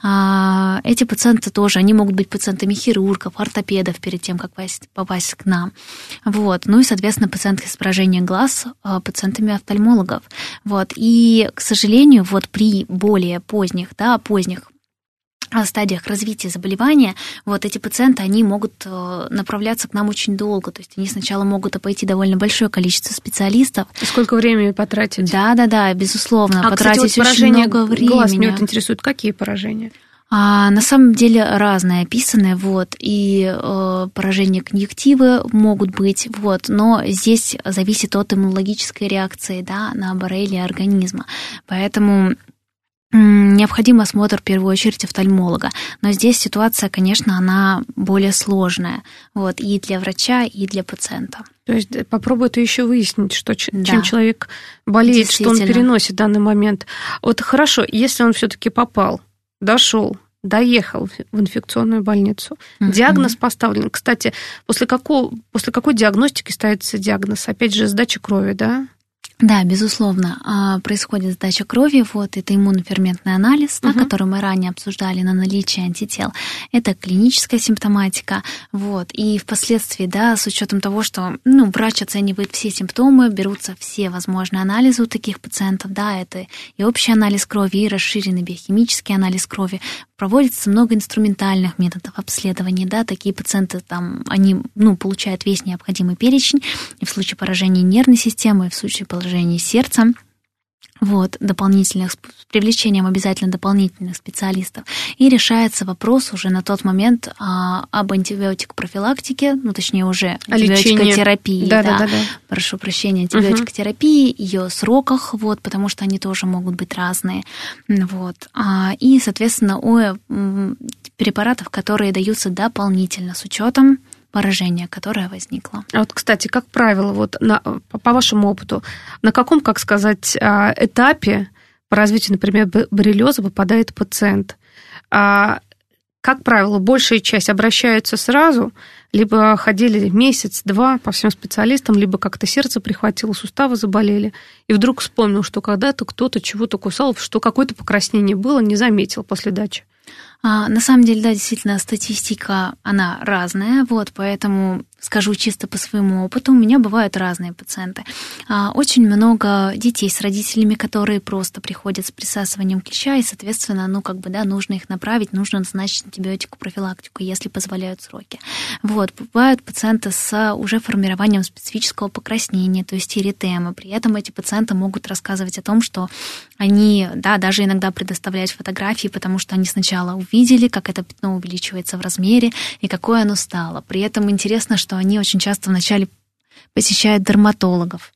э, эти пациенты тоже, они могут быть пациентами хирургов, ортопедов перед тем, как попасть, попасть к нам. Вот. Ну и, соответственно, пациенты с поражением глаз, э, пациентами офтальмологов. Вот. И, к сожалению, вот при более поздних, да, поздних стадиях развития заболевания, вот эти пациенты, они могут направляться к нам очень долго, то есть они сначала могут обойти довольно большое количество специалистов. И сколько времени потратить? Да-да-да, безусловно, а, потратить кстати, вот очень много времени. Глаз меня вот интересует, какие поражения? А, на самом деле разные описаны, вот, и э, поражения конъюнктивы могут быть, вот, но здесь зависит от иммунологической реакции, да, на боррелии организма, поэтому необходим осмотр в первую очередь офтальмолога. Но здесь ситуация, конечно, она более сложная. Вот, и для врача, и для пациента. То есть попробуй еще выяснить, что, чем да. человек болеет, что он переносит в данный момент. Вот хорошо, если он все-таки попал, дошел доехал в инфекционную больницу. Uh-huh. Диагноз поставлен. Кстати, после, какого, после какой диагностики ставится диагноз? Опять же, сдача крови, да? Да, безусловно, происходит сдача крови, вот это иммуноферментный анализ, uh-huh. да, который мы ранее обсуждали на наличие антител. Это клиническая симптоматика, вот, и впоследствии, да, с учетом того, что, ну, врач оценивает все симптомы, берутся все возможные анализы у таких пациентов, да, это и общий анализ крови, и расширенный биохимический анализ крови. Проводится много инструментальных методов обследования, да, такие пациенты там, они, ну, получают весь необходимый перечень, и в случае поражения нервной системы, и в случае поражения сердца, вот, дополнительных, с привлечением обязательно дополнительных специалистов, и решается вопрос уже на тот момент а, об антибиотикопрофилактике, ну, точнее, уже антибиотикотерапии, да, да, да, да. прошу прощения, антибиотикотерапии, угу. ее сроках, вот, потому что они тоже могут быть разные, вот, а, и, соответственно, о препаратов, которые даются дополнительно с учетом поражение, которое возникло. А вот, кстати, как правило, вот на, по вашему опыту, на каком, как сказать, этапе по развитию, например, боррелиоза попадает пациент? Как правило, большая часть обращаются сразу, либо ходили месяц-два по всем специалистам, либо как-то сердце прихватило, суставы заболели, и вдруг вспомнил, что когда-то кто-то чего-то кусал, что какое-то покраснение было, не заметил после дачи. На самом деле, да, действительно, статистика, она разная, вот, поэтому скажу чисто по своему опыту, у меня бывают разные пациенты. Очень много детей с родителями, которые просто приходят с присасыванием клеща, и, соответственно, ну, как бы, да, нужно их направить, нужно назначить антибиотику, профилактику, если позволяют сроки. Вот, бывают пациенты с уже формированием специфического покраснения, то есть эритемы. При этом эти пациенты могут рассказывать о том, что они, да, даже иногда предоставлять фотографии, потому что они сначала увидели, как это пятно увеличивается в размере и какое оно стало. При этом интересно, что они очень часто вначале посещают дерматологов.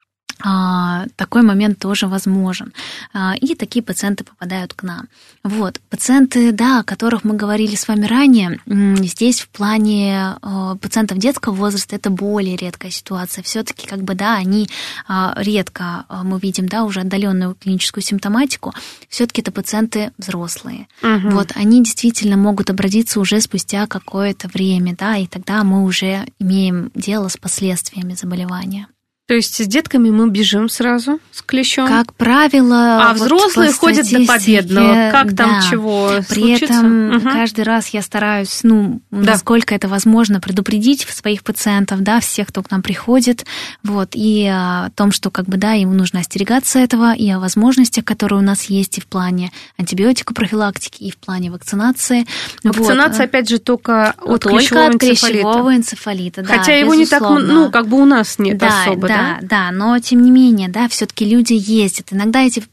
А, такой момент тоже возможен. А, и такие пациенты попадают к нам. Вот. Пациенты, да, о которых мы говорили с вами ранее, здесь в плане а, пациентов детского возраста это более редкая ситуация. Все-таки, как бы, да, они а, редко, а, мы видим, да, уже отдаленную клиническую симптоматику, все-таки это пациенты взрослые. Угу. Вот. Они действительно могут обратиться уже спустя какое-то время, да, и тогда мы уже имеем дело с последствиями заболевания. То есть с детками мы бежим сразу с клещом? Как правило. А вот взрослые ходят до победного. Как да. там чего При случится? этом угу. каждый раз я стараюсь, ну, да. насколько это возможно, предупредить своих пациентов, да, всех, кто к нам приходит, вот, и о том, что, как бы, да, ему нужно остерегаться этого, и о возможностях, которые у нас есть и в плане антибиотикопрофилактики, и в плане вакцинации. Вакцинация, вот. опять же, только от только клещевого от энцефалита. клещевого энцефалита, да, Хотя его безусловно. не так, ну, как бы у нас нет да, особо, да? Да, да, но тем не менее, да, все-таки люди ездят. Иногда эти,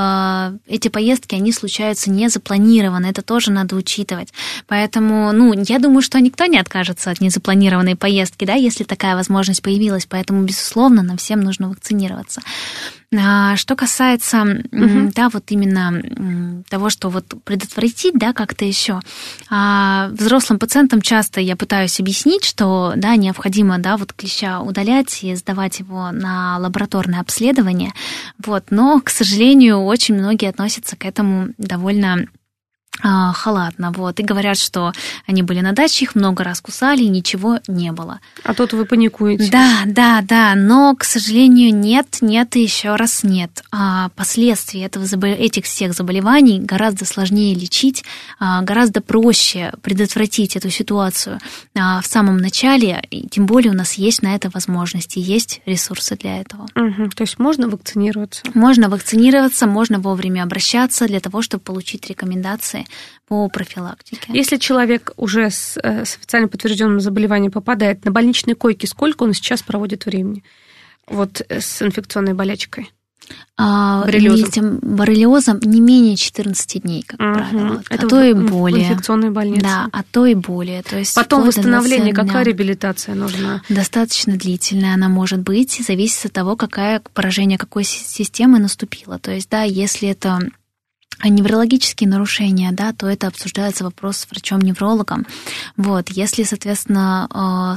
эти поездки, они случаются не запланированно, это тоже надо учитывать. Поэтому, ну, я думаю, что никто не откажется от незапланированной поездки, да, если такая возможность появилась. Поэтому, безусловно, нам всем нужно вакцинироваться. Что касается, угу. да, вот именно того, что вот предотвратить, да, как-то еще. Взрослым пациентам часто я пытаюсь объяснить, что, да, необходимо, да, вот клеща удалять и сдавать его на лабораторное обследование, вот, но, к сожалению, очень многие относятся к этому довольно халатно, вот, и говорят, что они были на даче, их много раз кусали, и ничего не было. А тут вы паникуете. Да, да, да, но, к сожалению, нет, нет и еще раз нет. А последствия этого, этих всех заболеваний гораздо сложнее лечить, гораздо проще предотвратить эту ситуацию в самом начале, и тем более у нас есть на это возможности, есть ресурсы для этого. Угу, то есть можно вакцинироваться? Можно вакцинироваться, можно вовремя обращаться для того, чтобы получить рекомендации по профилактике. Если человек уже с, с официально подтвержденным заболеванием попадает на больничные койки, сколько он сейчас проводит времени вот с инфекционной болячкой? Боррелиозом. Боррелиозом не менее четырнадцать дней, как угу. правило. Это а то и более. В инфекционной больнице. Да, а то и более. То есть потом восстановление, какая реабилитация нужна? Достаточно длительная она может быть, зависит от того, какое поражение какой системы наступило. То есть, да, если это А неврологические нарушения, да, то это обсуждается вопрос с врачом-неврологом. Вот. Если, соответственно,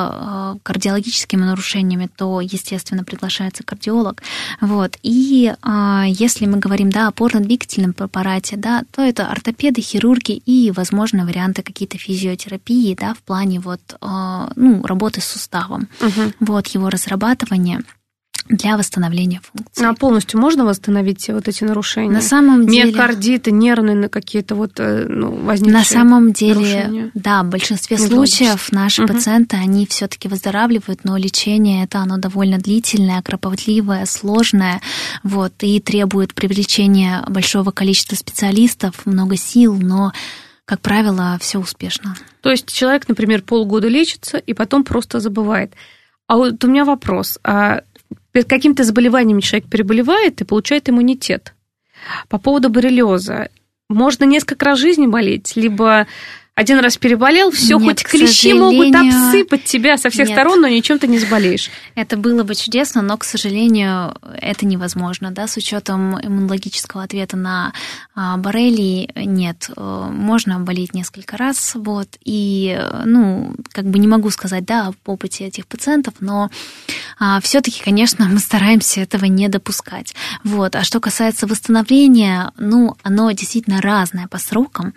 с кардиологическими нарушениями, то, естественно, приглашается кардиолог. Вот. И если мы говорим, да, о опорно-двигательном препарате, да, то это ортопеды, хирурги и, возможно, варианты какие-то физиотерапии, да, в плане вот, ну, работы с суставом, угу. вот, его разрабатывания для восстановления функций. А полностью можно восстановить все вот эти нарушения? На самом деле... Миокардиты, нервные какие-то вот, ну, возникшие На самом деле, нарушения. Да, в большинстве случаев наши угу. пациенты, они все-таки выздоравливают, но лечение это оно довольно длительное, кропотливое, сложное, вот, и требует привлечения большого количества специалистов, много сил, но, как правило, все успешно. То есть человек, например, полгода лечится и потом просто забывает. А вот у меня вопрос. А перед каким-то заболеванием человек переболевает и получает иммунитет. По поводу боррелиоза. Можно несколько раз в жизни болеть, либо один раз переболел, все, хоть клещи могут обсыпать тебя со всех Нет. сторон, но ничем ты не заболеешь. Это было бы чудесно, но, к сожалению, это невозможно, да, с учетом иммунологического ответа на боррелий нет. Можно болеть несколько раз, вот, и, ну, как бы не могу сказать, да, об опыте этих пациентов, но все-таки, конечно, мы стараемся этого не допускать. Вот. А что касается восстановления, ну, оно действительно разное по срокам,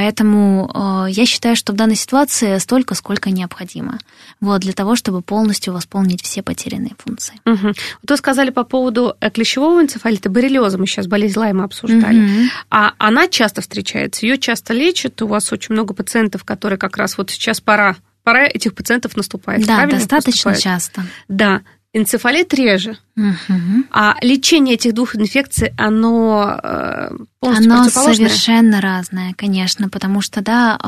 поэтому я считаю, что в данной ситуации столько, сколько необходимо, вот, для того, чтобы полностью восполнить все потерянные функции. Угу. Вот вы сказали по поводу клещевого энцефалита, боррелиоза, мы сейчас болезнь Лайма обсуждали, угу. а она часто встречается, ее часто лечат, у вас очень много пациентов, которые как раз вот сейчас пора, пора этих пациентов наступает. Да, достаточно поступает? Часто. Да. Энцефалит реже. Угу. А лечение этих двух инфекций, оно полностью оно противоположное? Совершенно разное, конечно, потому что,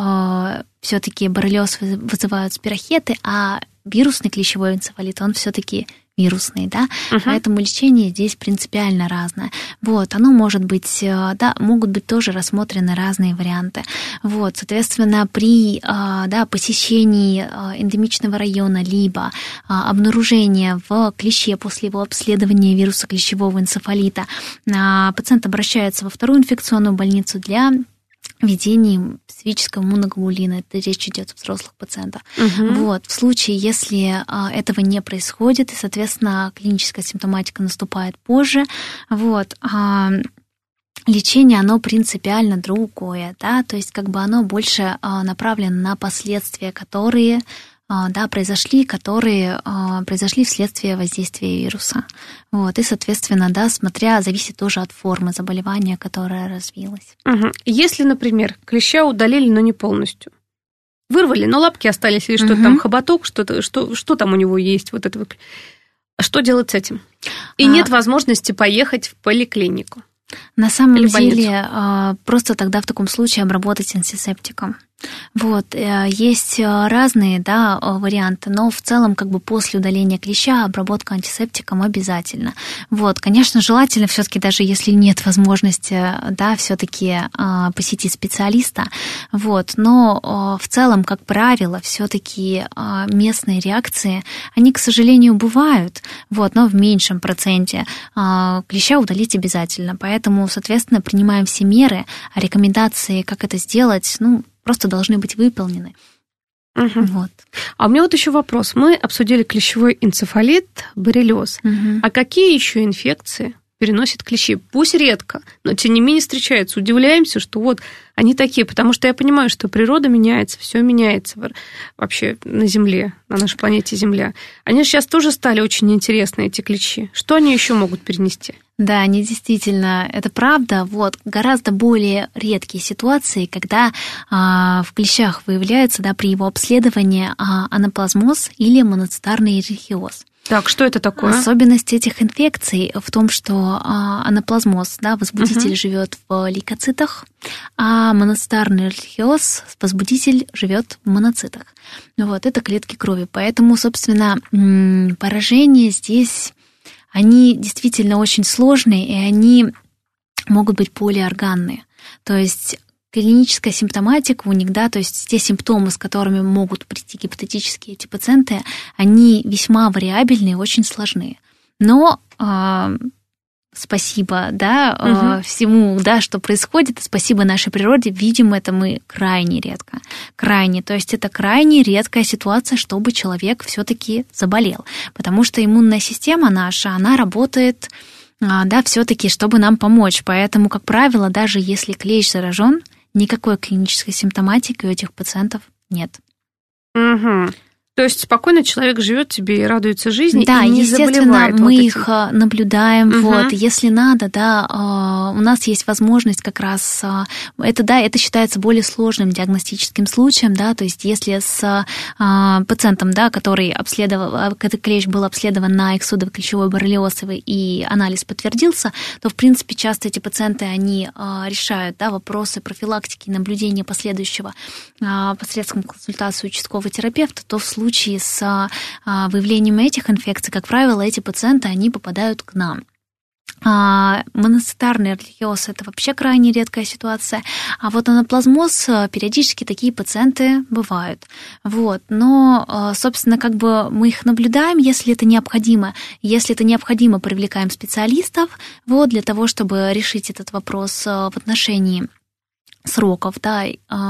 да, все-таки боррелиоз вызывают спирохеты, а вирусный клещевой энцефалит, он все-таки вирусный, да, uh-huh. поэтому лечение здесь принципиально разное. Вот, оно может быть, да, могут быть тоже рассмотрены разные варианты. Вот, соответственно, при, да, посещении эндемичного района либо обнаружения в клеще после его обследования вируса клещевого энцефалита пациент обращается во вторую инфекционную больницу для введением специфического иммуноглобулина. Это речь идет о взрослых пациентах. Угу. Вот. В случае, если а, этого не происходит, и, соответственно, клиническая симптоматика наступает позже, вот, а, лечение, оно принципиально другое, да, то есть как бы оно больше а, направлено на последствия, которые да, произошли, которые э, произошли вследствие воздействия вируса. Вот, и, соответственно, да, смотря, зависит тоже от формы заболевания, которая развилась. Угу. Если, например, клеща удалили, но не полностью, вырвали, но лапки остались, или что-то угу. там, хоботок, что-то, что, что там у него есть, вот это вот. Что делать с этим? И а... нет возможности поехать в поликлинику. На самом Или деле, просто тогда в таком случае обработать антисептиком. Вот, есть разные, да, варианты, но в целом как бы после удаления клеща обработка антисептиком обязательно. Вот, конечно, желательно все-таки, даже если нет возможности, да, все-таки посетить специалиста, вот, но в целом, как правило, все-таки местные реакции, они, к сожалению, бывают, вот, но в меньшем проценте. Клеща удалить обязательно, поэтому, соответственно, принимаем все меры, а рекомендации, как это сделать, ну, просто должны быть выполнены. Угу. Вот. А у меня вот еще вопрос. Мы обсудили клещевой энцефалит, боррелиоз. Угу. А какие еще инфекции переносят клещи? Пусть редко, но тем не менее встречаются. Удивляемся, что вот они такие, потому что я понимаю, что природа меняется, все меняется вообще на Земле, на нашей планете Земля. Они сейчас тоже стали очень интересны, эти клещи. Что они еще могут перенести? Да, они действительно, это правда. Вот, гораздо более редкие ситуации, когда а, в клещах выявляется, да, при его обследовании а, анаплазмоз или моноцитарный эрихиоз. Так, что это такое? Особенность этих инфекций в том, что а, анаплазмоз, да, возбудитель угу. живет в лейкоцитах, а моноцитарный эрихиоз, возбудитель живет в моноцитах. Вот, это клетки крови. Поэтому, собственно, поражения здесь... Они действительно очень сложные, и они могут быть полиорганные. То есть клиническая симптоматика у них, да, то есть те симптомы, с которыми могут прийти гипотетически эти пациенты, они весьма вариабельные и очень сложные. Но э, спасибо, да, угу. всему, да, что происходит, спасибо нашей природе, видим это мы крайне редко. Крайне. То есть это крайне редкая ситуация, чтобы человек все-таки заболел. Потому что иммунная система наша, она работает, да, все-таки, чтобы нам помочь. Поэтому, как правило, даже если клещ заражен, никакой клинической симптоматики у этих пациентов нет. Угу. То есть спокойно человек живет себе и радуется жизни, да, и не естественно, мы вот их наблюдаем. Угу. Вот, если надо, да, у нас есть возможность как раз это, да, это считается более сложным диагностическим случаем, да, то есть если с пациентом, да, который обследовал, когда клещ был обследован на эксудовый клещевой боррелиоз и анализ подтвердился, то в принципе часто эти пациенты они решают, да, вопросы профилактики и наблюдения последующего посредством консультации участкового терапевта, то в случае В случае с выявлением этих инфекций, как правило, эти пациенты, они попадают к нам. Моноцитарный орлиоз – это вообще крайне редкая ситуация, а вот анаплазмоз, периодически такие пациенты бывают. Вот. Но, собственно, как бы мы их наблюдаем, если это необходимо. Если это необходимо, привлекаем специалистов вот, для того, чтобы решить этот вопрос в отношении сроков, да,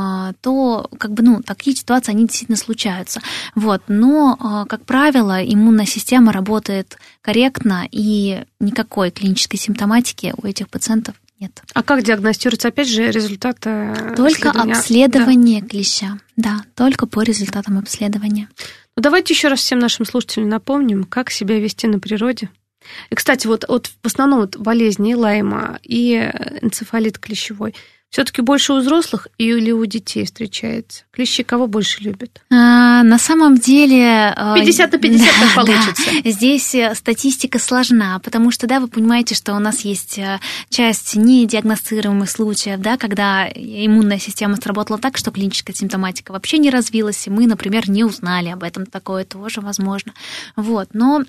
то как бы, ну, такие ситуации, они действительно случаются. Вот. Но, как правило, иммунная система работает корректно, и никакой клинической симптоматики у этих пациентов нет. А как диагностируется, опять же, результаты Только обследование да. клеща. Да, только по результатам обследования. Ну, давайте еще раз всем нашим слушателям напомним, как себя вести на природе. И, кстати, вот, вот в основном вот болезни и Лайма, и энцефалит клещевой все-таки больше у взрослых или у детей встречается? Клещи кого больше любят? А, на самом деле... пятьдесят на пятьдесят да, получится. Да. Здесь статистика сложна, потому что, да, вы понимаете, что у нас есть часть недиагностируемых случаев, да, когда иммунная система сработала так, что клиническая симптоматика вообще не развилась, и мы, например, не узнали об этом. Такое тоже возможно. Вот. Но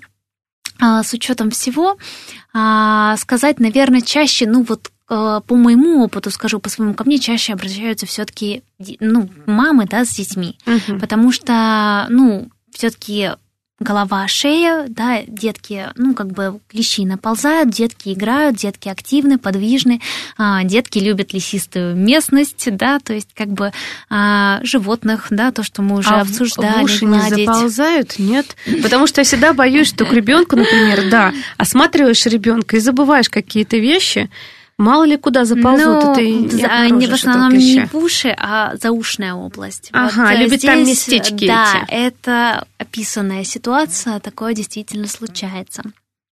с учетом всего, сказать, наверное, чаще, ну вот, по моему опыту, скажу по своему, ко мне чаще обращаются все-таки, ну, мамы, да, с детьми, угу. потому что, ну, все-таки голова, шея, да, детки, ну, как бы клещи наползают, детки играют, детки активны, подвижны, а, детки любят лесистую местность, да, то есть как бы а, животных, да, то, что мы уже а обсуждали, в уши гладить. Не заползают, нет? Потому что я всегда боюсь, что к ребенку, например, да, осматриваешь ребенка и забываешь какие-то вещи. Мало ли куда заползут, ну, это за, не в основном не в уши, а заушная область. Ага, вот любит здесь, там местечки да, эти. Это описанная ситуация, такое действительно случается.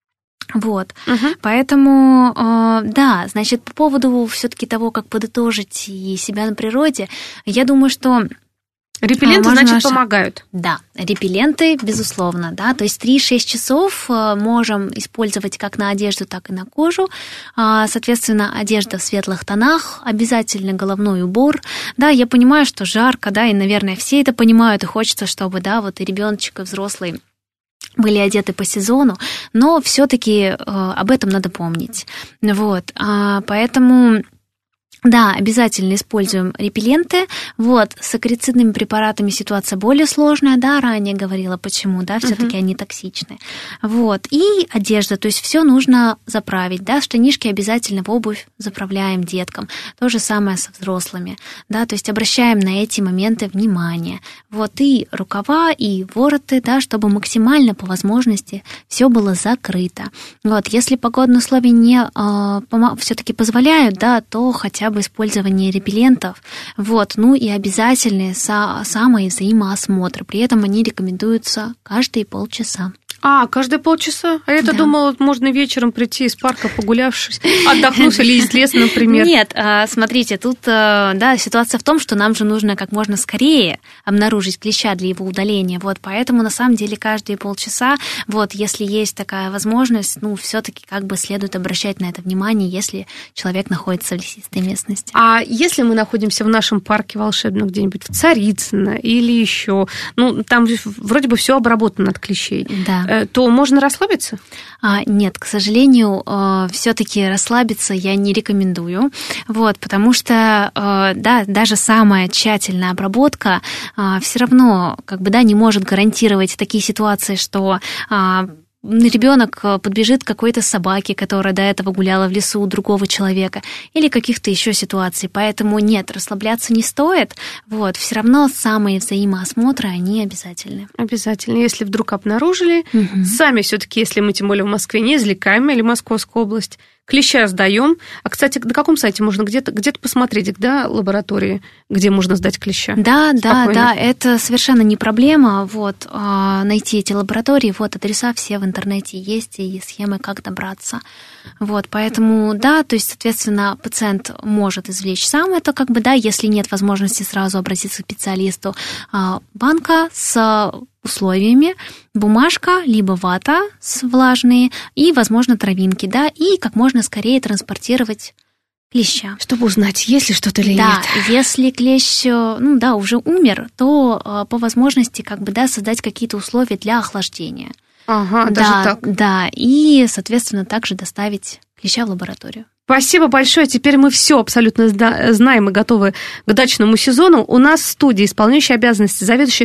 Вот, угу. Поэтому, да, значит, по поводу все-таки того, как подытожить и себя на природе, я думаю, что... Репелленты, а, значит, наша... помогают. Да, репелленты, безусловно, да, то есть три-шесть часов можем использовать как на одежду, так и на кожу. Соответственно, одежда в светлых тонах, обязательно головной убор. Да, я понимаю, что жарко, да, и, наверное, все это понимают, и хочется, чтобы, да, вот и ребеночек, и взрослый были одеты по сезону, но все-таки об этом надо помнить. Вот, поэтому... Да, обязательно используем репелленты. Вот, с акарицидными препаратами ситуация более сложная, да, ранее говорила, почему, да, все-таки uh-huh. они токсичны. Вот, и одежда, то есть все нужно заправить, да, штанишки обязательно в обувь заправляем деткам. То же самое со взрослыми, да, то есть обращаем на эти моменты внимание. Вот, и рукава, и вороты, да, чтобы максимально по возможности все было закрыто. Вот, если погодные условия не э, все-таки позволяют, да, то хотя бы использование репеллентов, вот, ну и обязательный са- самый взаимоосмотр. При этом они рекомендуются каждые полчаса. А, каждые полчаса? А я-то да. думала, можно вечером прийти из парка, погулявшись, отдохнуть или из леса, например. Нет, смотрите, тут, да, ситуация в том, что нам же нужно как можно скорее обнаружить клеща для его удаления, вот, поэтому на самом деле каждые полчаса, вот, если есть такая возможность, ну, все-таки как бы следует обращать на это внимание, если человек находится в лесистой местности. А если мы находимся в нашем парке волшебном где-нибудь в Царицыно или еще, ну, там вроде бы все обработано от клещей. Да. То можно расслабиться? А, нет, к сожалению, все-таки расслабиться я не рекомендую, вот, потому что, да, даже самая тщательная обработка все равно, как бы, да, не может гарантировать такие ситуации, что ребенок подбежит к какой-то собаке, которая до этого гуляла в лесу у другого человека, или каких-то еще ситуаций. Поэтому нет, расслабляться не стоит. Вот, все равно самые взаимоосмотры, они обязательны. Обязательно. Если вдруг обнаружили, угу. сами все-таки, если мы тем более в Москве, не извлекаем, или Московскую область, клеща сдаем. А, кстати, на каком сайте можно где-то, где-то посмотреть, да, лаборатории, где можно сдать клеща? Да, Спокойно. да, да, это совершенно не проблема. Вот, найти эти лаборатории, вот адреса все в интернете есть, и схемы, как добраться. Вот, поэтому, да, то есть, соответственно, пациент может извлечь сам это, как бы, да, если нет возможности сразу обратиться к специалисту. Банка с условиями, бумажка, либо вата с влажные и, возможно, травинки, да, и как можно скорее транспортировать клеща. Чтобы узнать, есть ли что-то или да, нет. Да, если клещ, ну да, уже умер, то по возможности, как бы, да, создать какие-то условия для охлаждения. Ага, да, даже так. Да, и, соответственно, также доставить клеща в лабораторию. Спасибо большое. Теперь мы все абсолютно знаем и готовы к дачному сезону. У нас в студии исполняющий обязанности заведующий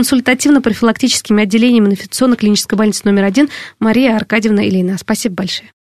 консультативно-профилактическими отделениями инфекционно-клинической больницы номер один Мария Аркадьевна Ильина. Спасибо большое.